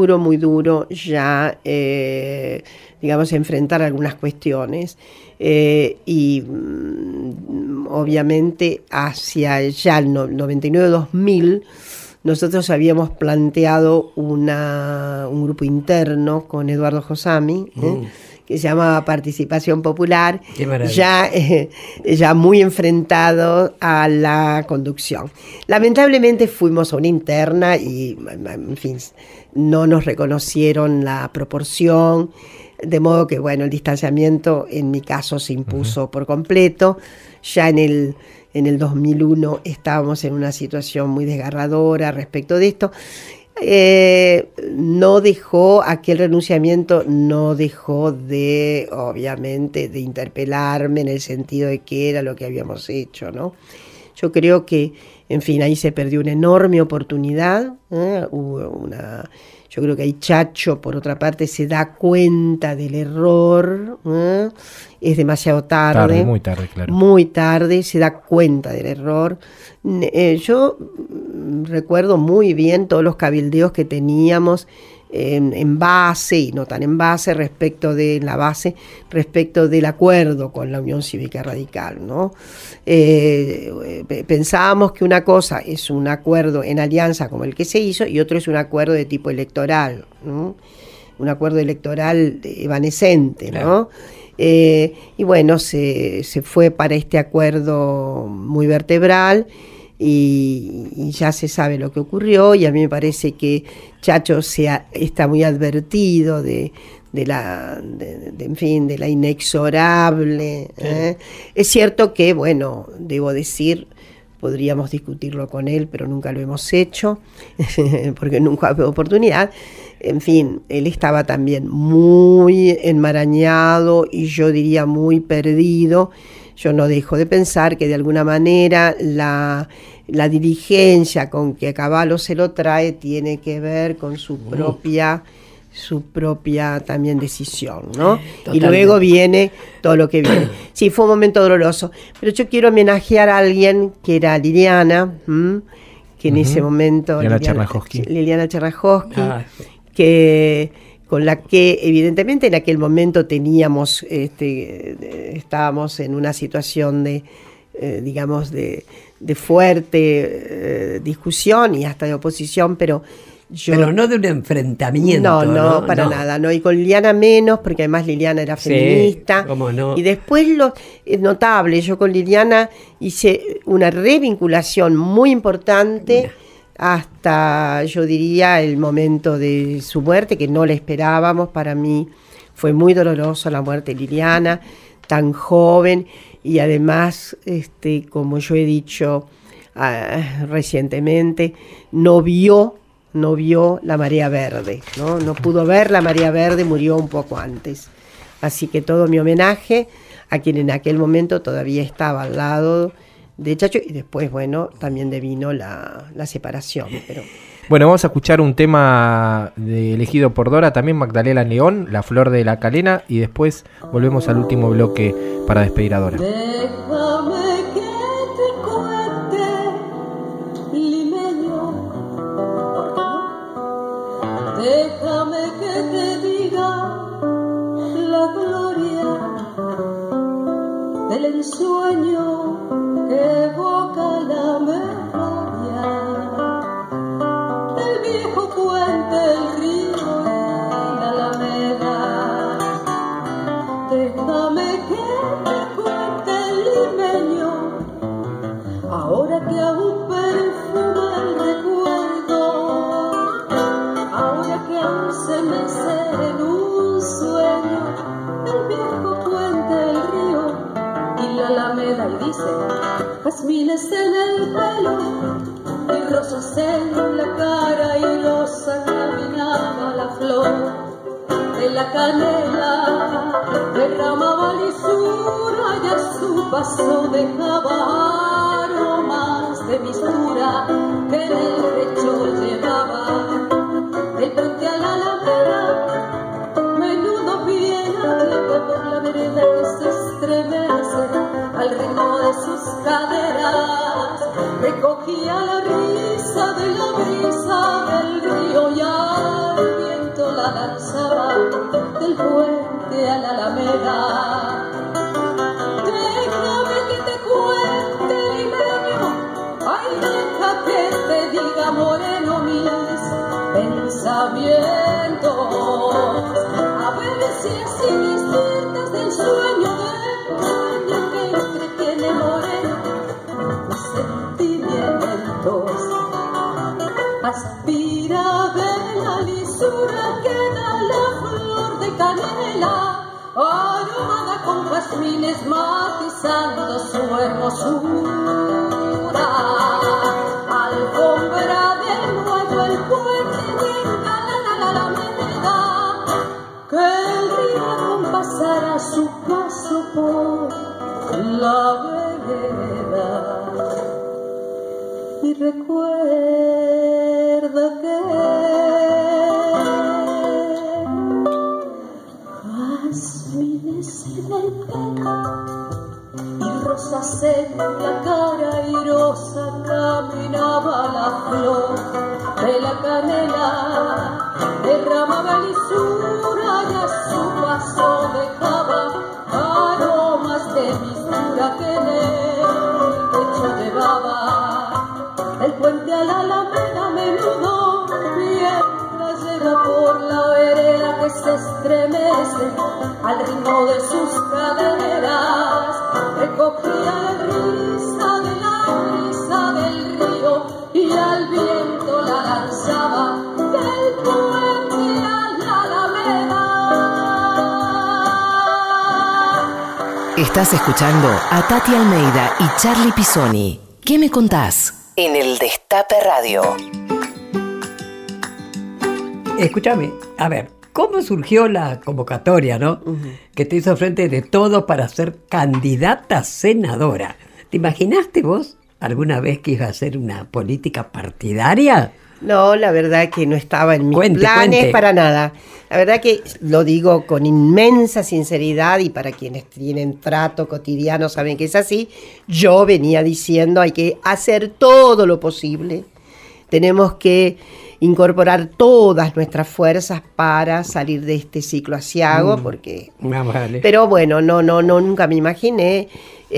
ya, digamos, enfrentar algunas cuestiones. Y obviamente hacia ya el 99-2000 nosotros habíamos planteado un grupo interno con Eduardo Josami, que se llamaba Participación Popular, ya muy enfrentado a la conducción. Lamentablemente fuimos a una interna y, en fin, no nos reconocieron la proporción, de modo que, bueno, el distanciamiento en mi caso se impuso por completo. Ya en el 2001 estábamos en una situación muy desgarradora respecto de esto. Aquel renunciamiento no dejó de, obviamente, de interpelarme en el sentido de qué era lo que habíamos hecho, ¿no? Yo creo que, en fin, ahí se perdió una enorme oportunidad, yo creo que ahí Chacho, por otra parte, se da cuenta del error, es demasiado tarde. Muy tarde, claro. Muy tarde, se da cuenta del error. Yo recuerdo muy bien todos los cabildeos que teníamos en base y no tan en base respecto del acuerdo con la Unión Cívica Radical, ¿no? Pensábamos que una cosa es un acuerdo en alianza como el que se hizo y otro es un acuerdo de tipo electoral, ¿no? Un acuerdo electoral evanescente, ¿no? Y bueno, se fue para este acuerdo muy vertebral. Y ya se sabe lo que ocurrió, y a mí me parece que Chacho está muy advertido de la inexorable. Es cierto que, bueno, debo decir, podríamos discutirlo con él, pero nunca lo hemos hecho, porque nunca hubo oportunidad. En fin, él estaba también muy enmarañado y yo diría muy perdido. Yo no dejo de pensar que de alguna manera la diligencia con que Cavallo se lo trae tiene que ver con su propia también decisión, ¿no? Y luego viene todo lo que viene. Sí, fue un momento doloroso, pero yo quiero homenajear a alguien que era Liliana, que en ese momento... Liliana Cherrajowski, con la que evidentemente en aquel momento estábamos en una situación de fuerte discusión y hasta de oposición, pero no de un enfrentamiento. No, para nada, no. Y con Liliana menos, porque además Liliana era feminista. Sí, cómo no. Y después es notable, yo con Liliana hice una revinculación muy importante. Hasta, yo diría, el momento de su muerte, que no la esperábamos. Para mí fue muy doloroso la muerte de Liliana, tan joven, y además, como yo he dicho recientemente, no vio la marea verde, no pudo ver la marea verde, murió un poco antes. Así que todo mi homenaje a quien en aquel momento todavía estaba al lado de Chacho, y después, bueno, también devino la separación. Pero... Bueno, vamos a escuchar un tema elegido por Dora, también Magdalena León, La Flor de la Calena, y después volvemos al último bloque para despedir a Dora. Déjame que te cuente, limeño, déjame que te diga la gloria del ensueño que evoca la memoria del viejo puente, el río y la alameda. Déjame que te cuente, limeño, ahora que aún perfuma el recuerdo, ahora que aún se mece en un sueño el viejo puente, el río y la alameda. Y dice: jazmines en el pelo y rosas en la cara, y rosa caminaba la flor de la canela, derramaba lisura y a su paso dejaba aromas de mistura que en el pecho llevaba. Del puente a la alameda, menudo viene por la vereda que se estremece al ritmo de sus caderas. recogía la risa de la brisa del río y al viento la lanzaba del puente a la alameda. Déjame que te cuente, limeño, ay, deja que te diga, moreno, mis pensamientos, a ver si así despiertas del sueño que entretiene, moreno, mis sentimientos. Aspira de la lisura que da la flor de canela, aromada con jazmines matizando su hermosura. Alfombra de nuevo el puente y la alameda, que el río acompasara su paso por la vereda. Y recuerda que jazmines en el pelo y rosas en la cara airosa caminaba la flor de la canela, derramaba lisura y a su paso dejaba aromas de mistura que en el pecho llevaba. El puente a la alameda a menudo mientras llega por la vereda que se estremece al ritmo de sus caderas, recogía la brisa del río y al viento la lanzaba del puente a la alameda. Estás escuchando a Tati Almeida y Charlie Pisoni. ¿Qué me contás? En el Destape Radio. Escúchame, a ver, ¿cómo surgió la convocatoria, no? Que te hizo frente de todo para ser candidata senadora. ¿Te imaginaste vos alguna vez que ibas a hacer una política partidaria? No, la verdad que no estaba en mis planes para nada. La verdad que lo digo con inmensa sinceridad y para quienes tienen trato cotidiano saben que es así. Yo venía diciendo hay que hacer todo lo posible. Tenemos que incorporar todas nuestras fuerzas para salir de este ciclo aciago, porque... Vale. Pero bueno, nunca me imaginé.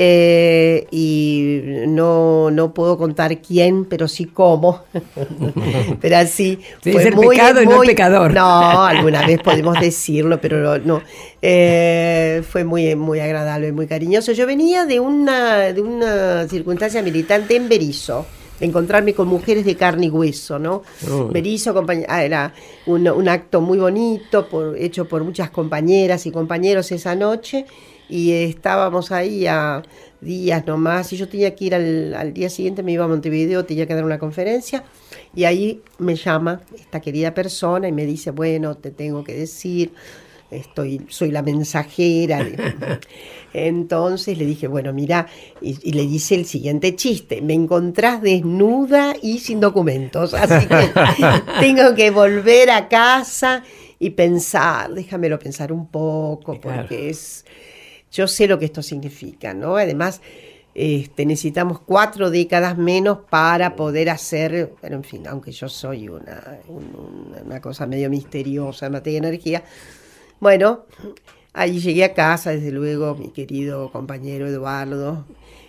Y no puedo contar quién, pero sí cómo. Pero así sí, fue muy, pecado y no el pecador. No, alguna vez podemos decirlo, pero no. Fue muy agradable, muy cariñoso. Yo venía de una circunstancia militante en Berisso, de encontrarme con mujeres de carne y hueso, ¿no? Berisso era un acto muy bonito, hecho por muchas compañeras y compañeros esa noche. Y estábamos ahí a días nomás, y yo tenía que ir al día siguiente, me iba a Montevideo, tenía que dar una conferencia, y ahí me llama esta querida persona y me dice, bueno, te tengo que decir, soy la mensajera. Entonces le dije, bueno, mira, y le dice el siguiente chiste, me encontrás desnuda y sin documentos, así que tengo que volver a casa y pensar, déjamelo pensar un poco, porque yo sé lo que esto significa, ¿no? Además, necesitamos 4 décadas menos para poder hacer, pero en fin, aunque yo soy una cosa medio misteriosa en materia de energía. Bueno, ahí llegué a casa, desde luego, mi querido compañero Eduardo,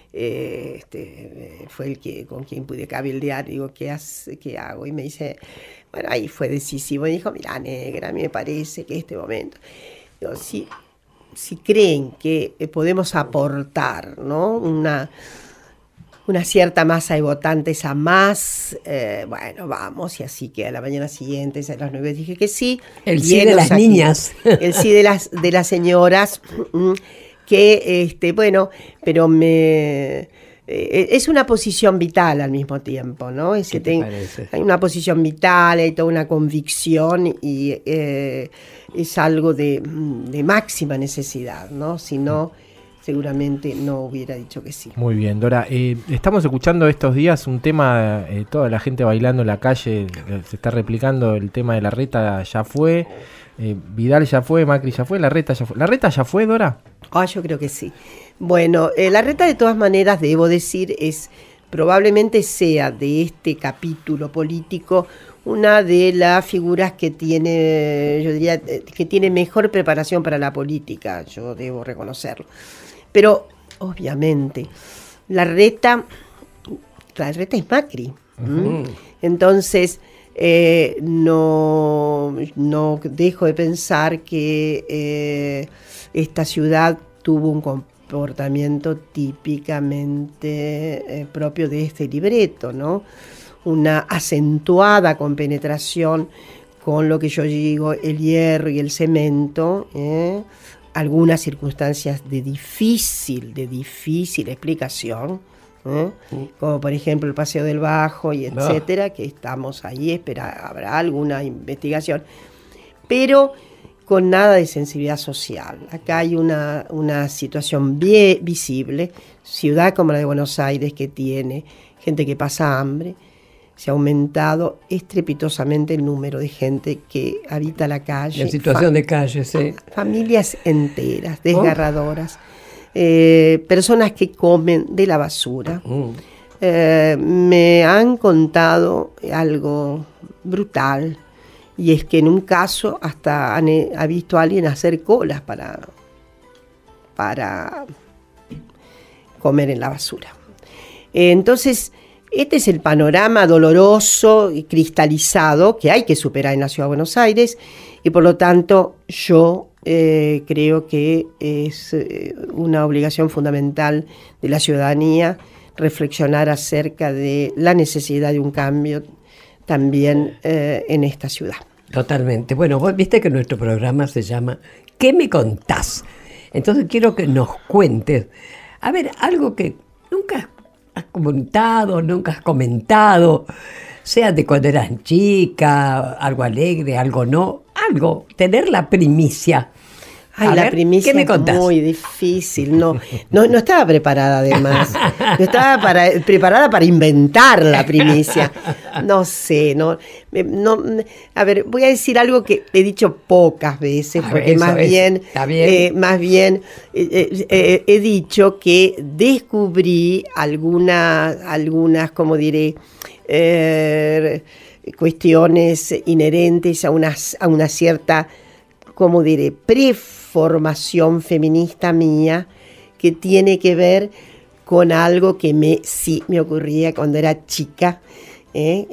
fue con quien pude cabildear, digo, ¿qué hago? Y me dice, bueno, ahí fue decisivo, y dijo, mira, negra, a mí me parece que este momento, digo, sí, si creen que podemos aportar, ¿no? una cierta masa de votantes a más, bueno, vamos, y así que a la mañana siguiente, a las 9 dije que sí. El sí de las niñas. El sí de las señoras, que, bueno, pero es una posición vital al mismo tiempo, ¿no? Hay una posición vital, hay toda una convicción y es algo de máxima necesidad, ¿no? Si no, seguramente no hubiera dicho que sí. Muy bien, Dora. Estamos escuchando estos días un tema, toda la gente bailando en la calle, se está replicando el tema de Larreta ya fue, Vidal ya fue, Macri ya fue, Larreta ya fue. ¿Larreta ya fue, Dora? Yo creo que sí. Bueno, Larreta de todas maneras, debo decir, es probablemente sea de este capítulo político una de las figuras que tiene, yo diría, que tiene mejor preparación para la política, yo debo reconocerlo. Pero, obviamente, la reta es Macri. Entonces, no dejo de pensar que esta ciudad tuvo un comportamiento típicamente propio de este libreto, ¿no? Una acentuada compenetración con lo que yo digo, el hierro y el cemento, algunas circunstancias de difícil explicación, como por ejemplo el Paseo del Bajo y etcétera, que estamos ahí, habrá alguna investigación, pero con nada de sensibilidad social. Acá hay una situación bien visible, ciudad como la de Buenos Aires, que tiene gente que pasa hambre. Se ha aumentado estrepitosamente el número de gente que habita la calle. En situación de calle, sí. Familias enteras, desgarradoras. Personas que comen de la basura. Me han contado algo brutal, y es que en un caso hasta ha visto a alguien hacer colas para comer en la basura. Entonces, este es el panorama doloroso y cristalizado que hay que superar en la Ciudad de Buenos Aires, y por lo tanto yo creo que es una obligación fundamental de la ciudadanía reflexionar acerca de la necesidad de un cambio también en esta ciudad. Totalmente. Bueno, vos viste que nuestro programa se llama ¿Qué me contás? Entonces quiero que nos cuentes, a ver, algo que nunca has comentado, sea de cuando eras chica, algo alegre, algo no, algo, tener la primicia. Ay, la primicia es muy difícil, no estaba preparada además, no estaba preparada para inventar la primicia, no sé, a ver, voy a decir algo que he dicho pocas veces, porque más bien he dicho que descubrí algunas, como diré, cuestiones inherentes a una cierta, como diré, preformación feminista mía, que tiene que ver con algo que sí me ocurría cuando era chica, y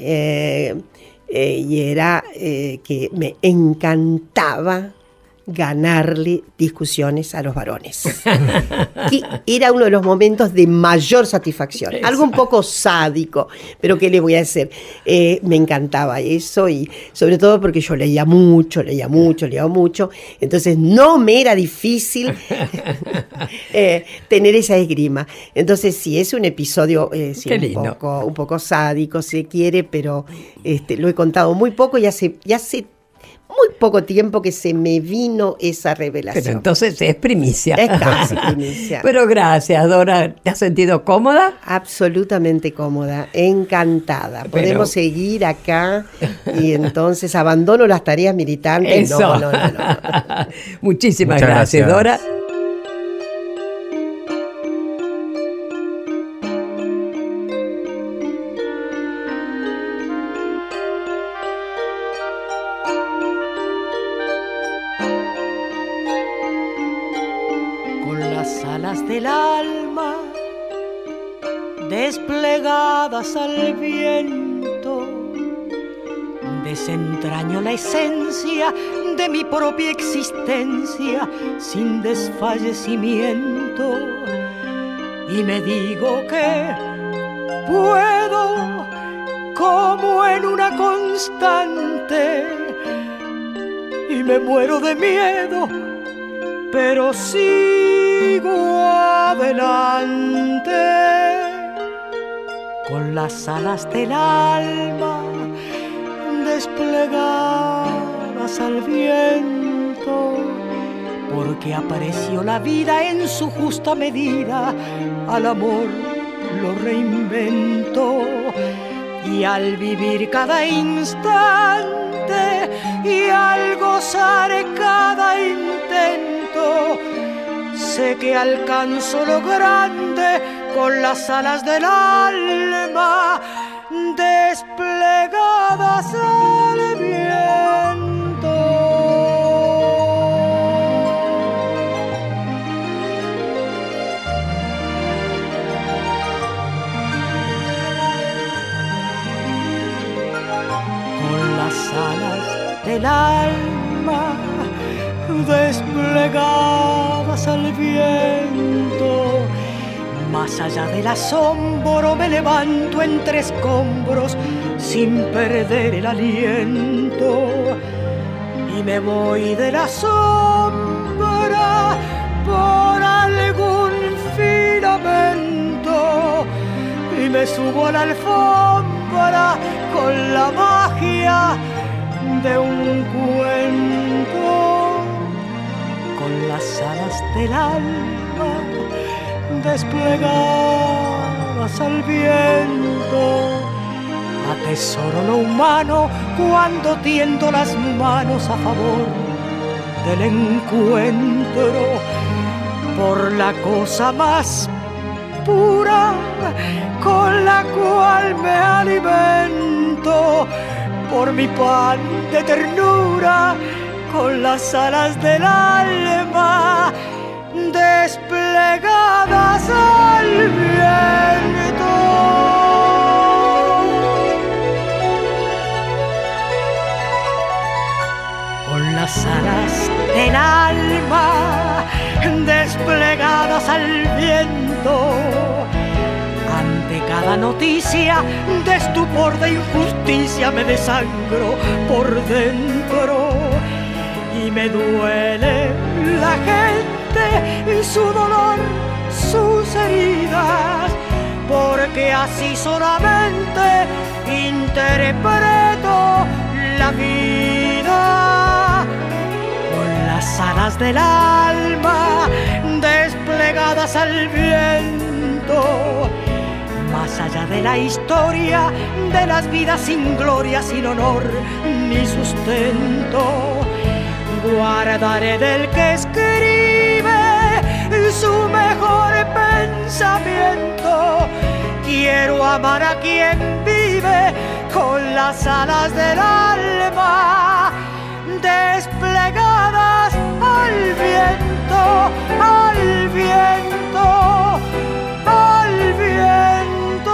era que me encantaba ganarle discusiones a los varones. Que era uno de los momentos de mayor satisfacción. Algo un poco sádico, pero ¿qué le voy a hacer? Me encantaba eso, y sobre todo porque yo leía mucho. Entonces no me era difícil tener esa esgrima. Entonces sí, es un episodio un poco sádico, si quiere, pero lo he contado muy poco y hace muy poco tiempo que se me vino esa revelación. Pero entonces es primicia. Es casi primicia. Pero gracias, Dora. ¿Te has sentido cómoda? Absolutamente cómoda, encantada. Podemos seguir acá, y entonces abandono las tareas militantes. Eso. No. Muchísimas gracias, Dora. Del alma desplegadas al viento, desentraño la esencia de mi propia existencia sin desfallecimiento, y me digo que puedo, como en una constante, y me muero de miedo, pero sigo adelante con las alas del alma desplegadas al viento, porque aprecio la vida en su justa medida, al amor lo reinvento, y al vivir cada instante y al gozar cada intento, sé que alcanzo lo grande con las alas del alma desplegadas al viento. Con las alas del alma desplegadas al viento, más allá del asombro me levanto entre escombros sin perder el aliento y me voy de la sombra por algún filamento y me subo a la alfombra con la magia de un cuento, con las alas del alma desplegadas al viento. Atesoro lo humano cuando tiendo las manos a favor del encuentro por la cosa más pura con la cual me alimento, por mi pan de ternura con las alas del alma desplegadas al viento. Con las alas del alma desplegadas al viento, ante cada noticia de estupor, de injusticia, me desangro por dentro y me duele la gente y su dolor, sus heridas, porque así solamente interpreto la vida. Con las alas del alma desplegadas al viento, más allá de la historia de las vidas sin gloria, sin honor ni sustento, guardaré del que escribe su mejor pensamiento. Quiero amar a quien vive con las alas del alma desplegadas al viento, al viento, al viento.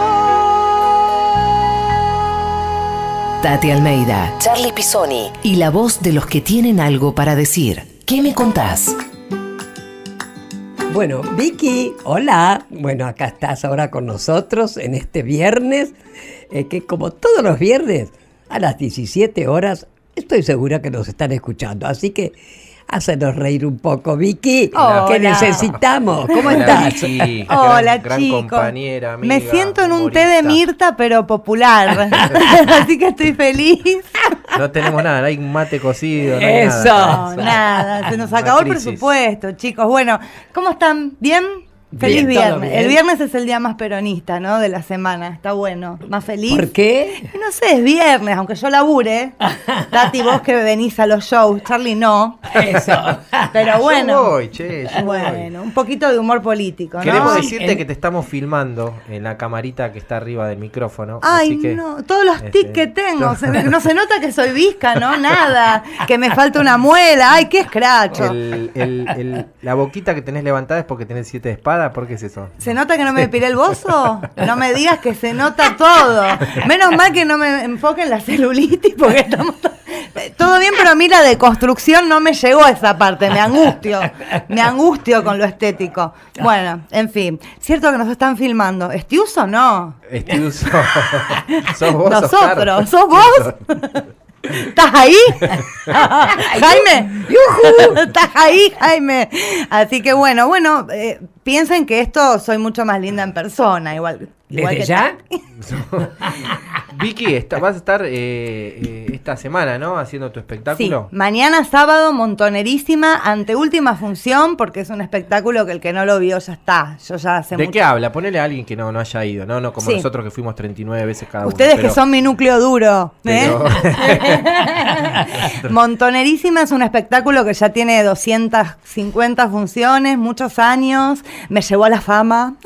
Tati Almeida, Charly Pisoni y la voz de los que tienen algo para decir. ¿Qué me contás? Bueno, Vicky, hola. Bueno, acá estás ahora con nosotros en este viernes, que como todos los viernes, a las 17 horas, estoy segura que nos están escuchando. Así que hácenos reír un poco, Vicky, que necesitamos. ¿Cómo estás? Vicky, Hola, gran chicos. compañera, amiga, me siento en un humorista. té de Mirta, pero popular. Así que estoy feliz. No tenemos nada, no hay un mate cocido, no hay Eso. nada. No, nada, se nos Una acabó el crisis. presupuesto, chicos. Bueno, ¿cómo están? ¿Bien? Feliz Bien, todo viernes. bien. El viernes es el día más peronista, ¿no? De la semana. Está bueno. Más feliz. ¿Por qué? No sé, es viernes, aunque yo labure. Tati, vos que venís a los shows, Charly no. Eso. Pero bueno. Yo voy, che, yo voy. Bueno, un poquito de humor político, ¿no? Queremos decirte En- que te estamos filmando en la camarita que está arriba del micrófono. Ay, así que, no, todos los tics que tengo. yo- No se nota que soy visca, ¿no? Nada. Que me falta una muela. Ay, qué escracho. La boquita que tenés levantada es porque tenés 7 de espada. ¿Por qué es eso? ¿Se nota que no me depilé el bozo? No me digas que se nota todo. Menos mal que no me enfoque en la celulitis porque estamos... Todo bien, pero a mí la deconstrucción no me llegó a esa parte. Me angustio con lo estético. Bueno, en fin. Cierto que nos están filmando. ¿Estiuso no? Estiuso. ¿Sos vos, Nosotros. Oscar? ¿Sos vos? ¿Estás ahí? Jaime. ¿Estás ahí, Jaime? Así que bueno, piensen que esto soy mucho más linda en persona, igual. ¿Desde ya? Vicky, vas a estar esta semana, ¿no? Haciendo tu espectáculo. Sí, mañana sábado, Montonerísima, anteúltima función, porque es un espectáculo que el que no lo vio ya está. Yo ya hace ¿De mucho... qué habla? Ponele a alguien que no haya ido, ¿no? No como nosotros que fuimos 39 veces cada Ustedes uno. que son mi núcleo duro. Montonerísima es un espectáculo que ya tiene 250 funciones, muchos años. Me llevó a la fama,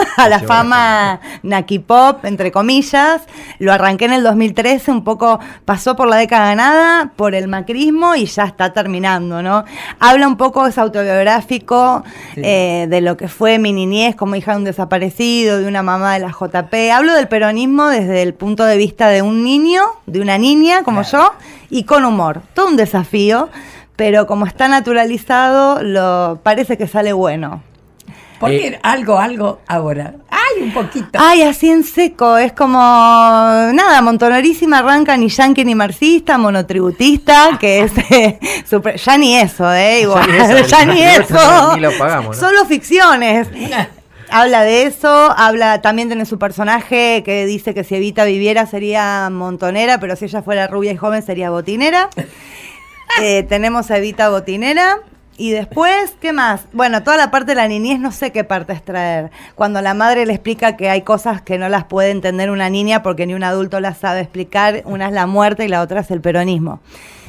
Naki Pop, entre comillas. Lo arranqué en el 2013, un poco pasó por la década ganada, por el macrismo y ya está terminando, ¿no? Habla un poco, es autobiográfico, de lo que fue mi niñez como hija de un desaparecido, de una mamá de la JP. Hablo del peronismo desde el punto de vista de un niño, de una niña como yo, y con humor. Todo un desafío, pero como está naturalizado, parece que sale bueno. Porque algo ahora. ¡Ay, un poquito! Ay, así en seco. Es como, nada, Montonerísima arranca ni yanqui ni marxista, monotributista, que es ya ni eso, igual. Ya ni eso. Ni lo pagamos, ¿no? Solo ficciones. Habla de eso, también tiene su personaje que dice que si Evita viviera sería montonera, pero si ella fuera rubia y joven sería botinera. Tenemos a Evita botinera. Y después, ¿qué más? Bueno, toda la parte de la niñez, no sé qué parte extraer. Cuando la madre le explica que hay cosas que no las puede entender una niña porque ni un adulto las sabe explicar. Una es la muerte y la otra es el peronismo.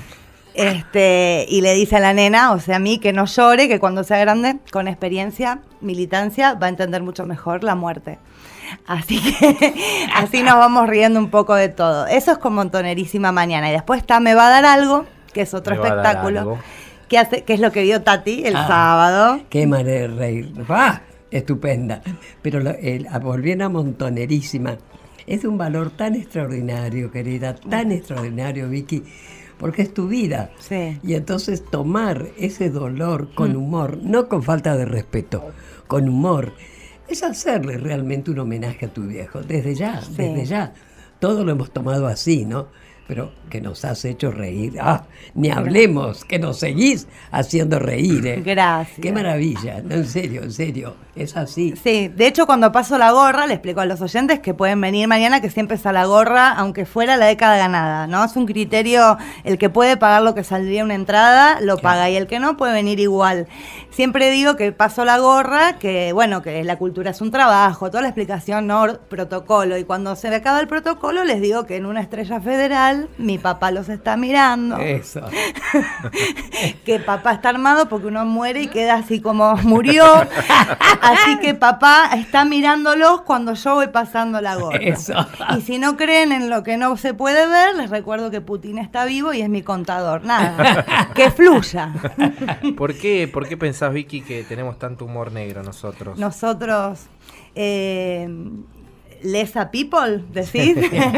Y le dice a la nena, o sea, a mí, que no llore, que cuando sea grande, con experiencia, militancia, va a entender mucho mejor la muerte. Así que así nos vamos riendo un poco de todo. Eso es con Montonerísima mañana. Y después está Me va a dar algo, que es otro espectáculo. Que es lo que vio Tati el sábado. Qué manera de reír. Estupenda. Pero volviendo a Montonerísima, es de un valor tan extraordinario, querida, tan extraordinario, Vicky, porque es tu vida. Sí. Y entonces tomar ese dolor con humor, no con falta de respeto, con humor, es hacerle realmente un homenaje a tu viejo. Desde ya, desde ya. Todo lo hemos tomado así, ¿no? Pero que nos has hecho reír. Ni hablemos, que nos seguís haciendo reír. Gracias. Qué maravilla, no, en serio, es así. Sí, de hecho cuando paso la gorra, le explico a los oyentes que pueden venir mañana, que siempre está la gorra, aunque fuera la década ganada, ¿no? Es un criterio, el que puede pagar lo que saldría una entrada, lo paga, y el que no puede venir igual. Siempre digo que paso la gorra, que bueno, que la cultura es un trabajo, toda la explicación, ¿no? Protocolo, y cuando se me acaba el protocolo les digo que en una estrella federal mi papá los está mirando. Eso. Que papá está armado porque uno muere y queda así como murió. Así que papá está mirándolos cuando yo voy pasando la gorra. Eso. Y si no creen en lo que no se puede ver, les recuerdo que Putin está vivo y es mi contador. Nada, que fluya. ¿Por qué pensás, Vicky, que tenemos tanto humor negro nosotros? Nosotros... Lesa People, decís.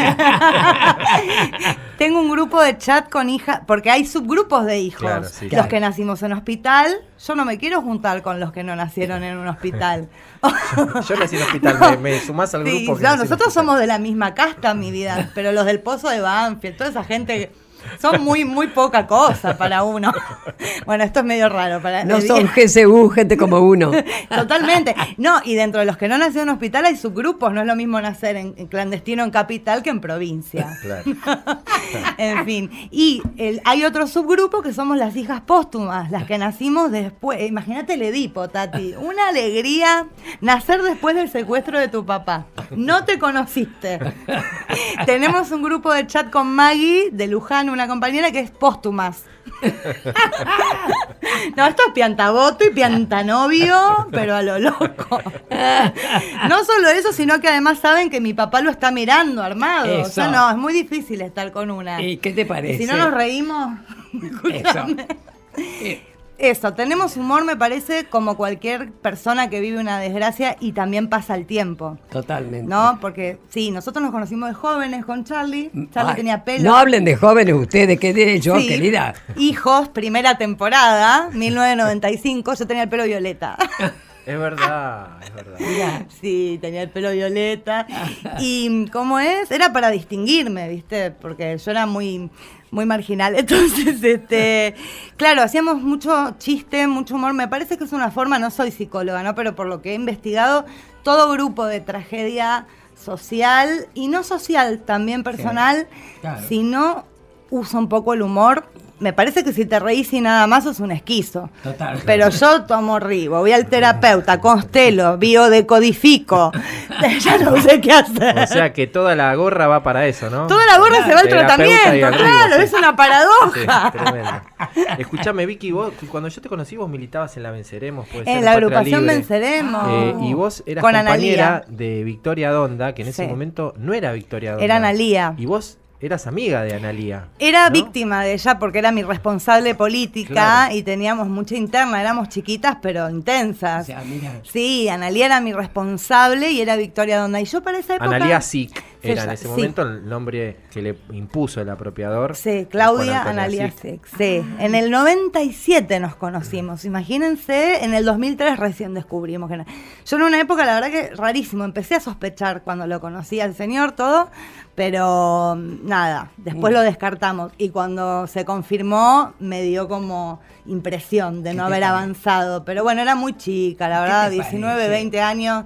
Tengo un grupo de chat con hijas, porque hay subgrupos de hijos. Claro, sí. Los que nacimos en hospital, yo no me quiero juntar con los que no nacieron en un hospital. Yo nací en hospital, me sumás al grupo. Claro, nosotros somos de la misma casta, mi vida, pero los del Pozo de Banfield, toda esa gente... Son muy poca cosa para uno. Bueno, esto es medio raro. No son GCU, gente como uno. Totalmente. No, y dentro de los que no nacieron en hospital hay subgrupos. No es lo mismo nacer en clandestino en capital que en provincia. Claro. En fin. Y hay otro subgrupo que somos las hijas póstumas, las que nacimos después. Imagínate el Edipo, Tati. Una alegría nacer después del secuestro de tu papá. No te conociste. Tenemos un grupo de chat con Maggie de Luján, una compañera que es póstumas. No, esto es piantaboto y piantanovio, pero a lo loco. No solo eso, sino que además saben que mi papá lo está mirando armado. Eso. O sea, no, es muy difícil estar con una. ¿Y qué te parece? Y si no nos reímos, escúchame. Eso, tenemos humor, me parece, como cualquier persona que vive una desgracia y también pasa el tiempo. Totalmente. ¿No? Porque, sí, nosotros nos conocimos de jóvenes con Charlie. Charlie tenía pelo. No hablen de jóvenes ustedes, ¿qué diré yo, Sí. querida? Hijos, primera temporada, 1995, yo tenía el pelo violeta. Es verdad. Sí, tenía el pelo violeta. Y, ¿cómo es? Era para distinguirme, ¿viste? Porque yo era muy marginal. Entonces, claro, hacíamos mucho chiste, mucho humor. Me parece que es una forma, no soy psicóloga, ¿no? Pero por lo que he investigado, todo grupo de tragedia social y no social, también personal, claro. Sino uso un poco el humor. Me parece que si te reís y nada más sos un esquizo. Total. Pero yo tomo ribo, voy al terapeuta, constelo, biodecodifico. Ya no sé qué hacer. O sea que toda la gorra va para eso, ¿no? Toda la gorra se va al tratamiento, y al ribo, claro, sí. es una paradoja. Sí, tremendo. Escuchame, Vicky, vos, cuando yo te conocí, vos militabas en la Venceremos, puede ser, En la Patria agrupación Libre. Venceremos. Y vos eras Con compañera Analía. de Victoria Donda, que en ese Sí. momento no era Victoria Donda. Era Analía. Y vos eras amiga de Analía. Era ¿no? víctima de ella porque era mi responsable política, Claro. y teníamos mucha interna, éramos chiquitas pero intensas. O sea, mira. Sí, Analía era mi responsable y era Victoria Donda. Y yo para esa época... Analía Sic Se era en llama- ese sí. momento el nombre que le impuso el apropiador. Sí, Claudia Juan Antonio Analía Sic. Sic. Sí, en el 97 nos conocimos. Imagínense, en el 2003 recién descubrimos que... Yo en una época, la verdad que rarísimo, empecé a sospechar cuando lo conocí al señor, todo, pero nada, después lo descartamos. Y cuando se confirmó, me dio como impresión de ¿Qué no te haber parece? avanzado. Pero bueno, era muy chica, la verdad, te 19, parece? 20 años.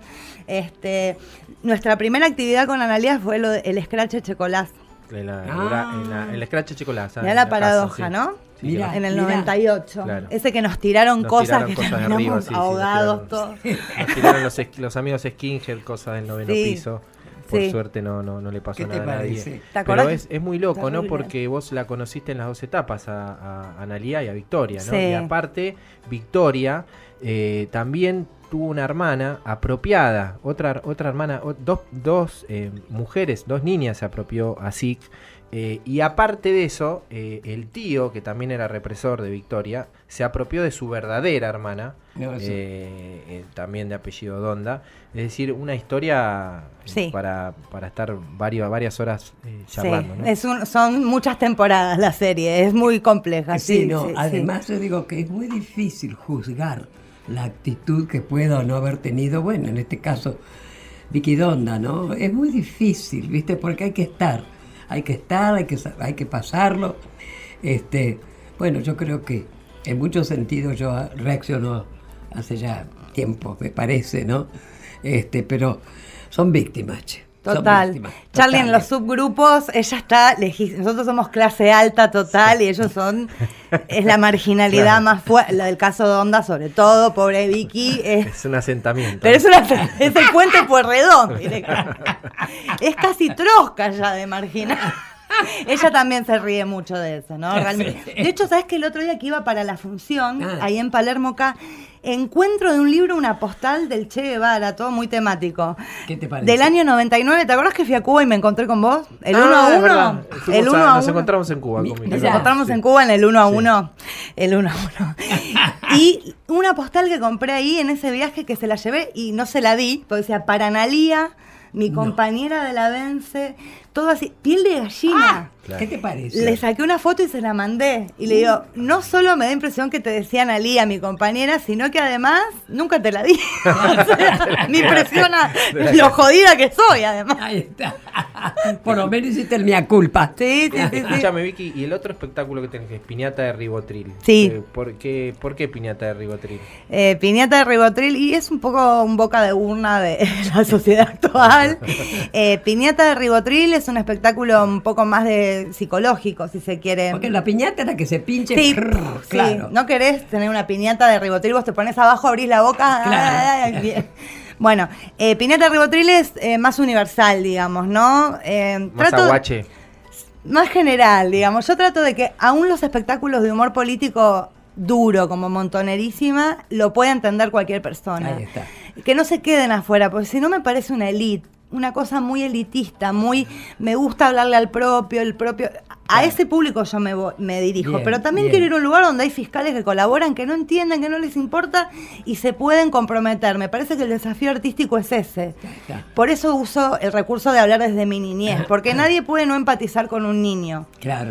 Nuestra primera actividad con Analía fue el Scratch Chocolate. En el Scratch Chocolate. Mirá la paradoja, ¿no? Sí, Mirá. que En el Mirá. 98. Claro. Ese que nos tiraron nos cosas tiraron que cosas de terminamos arriba, sí, sí, nos ahogados tiraron- todos. Nos tiraron los amigos Skinhead, cosas del noveno Sí. piso. Por Sí. suerte no le pasó ¿Qué te nada a nadie. parece? ¿Te acordás? Pero es muy loco, ¿no? Terrible. Porque vos la conociste en las dos etapas, a Analía y a Victoria, ¿no? Sí. Y aparte, Victoria también tuvo una hermana apropiada, otra hermana, dos mujeres, dos niñas se apropió a Sic. Y aparte de eso, el tío, que también era represor de Victoria, se apropió de su verdadera hermana, No, eso. también de apellido Donda. Es decir, una historia Sí. para estar varias horas charlando, Sí, ¿no? son muchas temporadas la serie, es muy compleja. Sí, Sí, no, sí, además yo digo que es muy difícil juzgar la actitud que pueda o no haber tenido, bueno, en este caso, Vicky Donda, ¿no? Es muy difícil, ¿viste? Porque hay que estar, hay que pasarlo. Bueno, yo creo que en muchos sentidos yo reacciono hace ya tiempo, me parece, ¿no? Pero son víctimas, che. Son Total. víctimas, Charlie, en los totales. subgrupos, ella está nosotros somos clase alta total y ellos es la marginalidad Claro. más fuerte, la del caso de Onda sobre todo, pobre Vicky. Es un asentamiento. Pero es el puente Pueyrredón, directamente. Es casi trosca ya de marginal. Ella también se ríe mucho de eso, ¿no? Realmente. De hecho, ¿sabes que el otro día que iba para la función, ahí en Palermo acá, encuentro de un libro una postal del Che Guevara, todo muy temático? ¿Qué te parece? Del año 99, ¿te acuerdas que fui a Cuba y me encontré con vos? El 1 Ah, a es 1. verdad. El 1 a 1. Nos encontramos en Cuba. con mi Nos Mirá. encontramos sí. en Cuba en el 1 a 1. El 1 a 1. Y una postal que compré ahí en ese viaje que se la llevé y no se la di, porque decía, para Analía, mi compañera de la Vence, todo así, piel de gallina. Claro. ¿Qué te parece? Le saqué una foto y se la mandé. Y le digo, no solo me da impresión que te decían Analía, mi compañera, sino que además nunca te la di. O sea, me impresiona lo jodida que soy, además. Ahí está. Por lo menos hiciste el mea culpa. Sí, sí, sí. sí. Escúchame, Vicky, y el otro espectáculo que tenés, que es Piñata de Ribotril. Sí. ¿Por qué Piñata de Ribotril? Piñata de Ribotril, y es un poco un boca de urna de la sociedad actual. Piñata de Ribotril es un espectáculo un poco más de psicológico, si se quiere. Porque la piñata era que se pinche. Sí, Claro. sí, no querés tener una piñata de Ribotril, vos te pones abajo, abrís la boca. Claro. Ay, bien. Bueno, piñata de Ribotril es más universal, digamos, ¿no? Más aguache. Más general, digamos. Yo trato de que aún los espectáculos de humor político duro, como Montonerísima, lo pueda entender cualquier persona. Ahí está. Que no se queden afuera, porque si no me parece una elite. Una cosa muy elitista, me gusta hablarle al propio, a ese público yo me dirijo, Bien, pero también bien. quiero ir a un lugar donde hay fiscales que colaboran, que no entienden, que no les importa y se pueden comprometer. Me parece que el desafío artístico es ese. está. Por eso uso el recurso de hablar desde mi niñez, porque nadie puede no empatizar con un niño. Claro.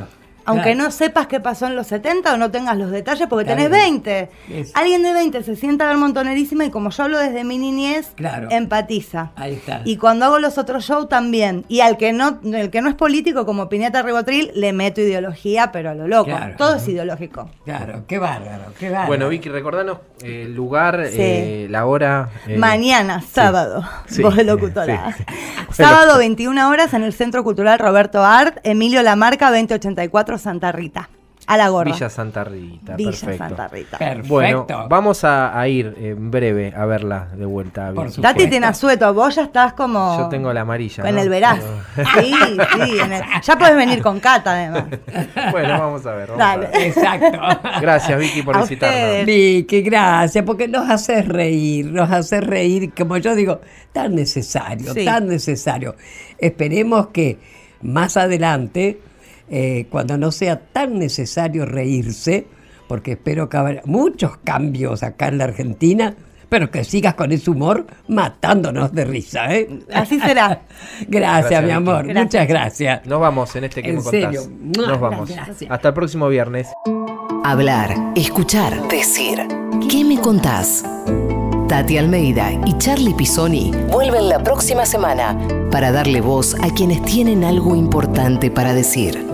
Aunque no sepas qué pasó en los 70 o no tengas los detalles porque tenés bien. 20. Alguien de 20 se sienta a ver Montonerísima y como yo hablo desde mi niñez, empatiza. Ahí está. Y cuando hago los otros shows también. Y el que no es político, como Piñata Ribotril, le meto ideología, pero a lo loco. Claro. Todo es ideológico. Claro, qué bárbaro, qué bárbaro. Bueno, Vicky, recordanos el lugar, la hora. Mañana, sábado, Sí. voz de locutora. Sí. Sábado, 21 horas, en el Centro Cultural Roberto Art, Emilio Lamarca, 2084, Santa Rita. A la gorra. Villa Santa Rita, Villa perfecto. Santa Rita. Perfecto. Bueno, vamos a ir en breve a verla de vuelta. Por Vicky. supuesto. Tati tiene asueto, vos ya estás como... Yo tengo la amarilla. En ¿no? el veraz. Sí, ya puedes venir con Cata, además. Bueno, vamos a ver. Dale. Exacto. Gracias, Vicky, por A visitarnos. ustedes. Vicky, gracias, porque nos haces reír, como yo digo, tan necesario, Sí. tan necesario. Esperemos que más adelante, cuando no sea tan necesario reírse, porque espero que habrá muchos cambios acá en la Argentina, pero que sigas con ese humor matándonos de risa, ¿eh? Así será. Gracias, mi Vicky. amor, Gracias. muchas gracias. Nos vamos en este que En me contás. serio. Nos vamos. Gracias. Hasta el próximo viernes. Hablar, escuchar, decir. ¿Qué me contás? Tati Almeida y Charlie Pisoni vuelven la próxima semana para darle voz a quienes tienen algo importante para decir.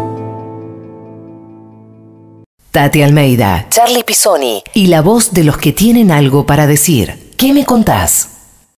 Tati Almeida, Charlie Pisoni y la voz de los que tienen algo para decir. ¿Qué me contás?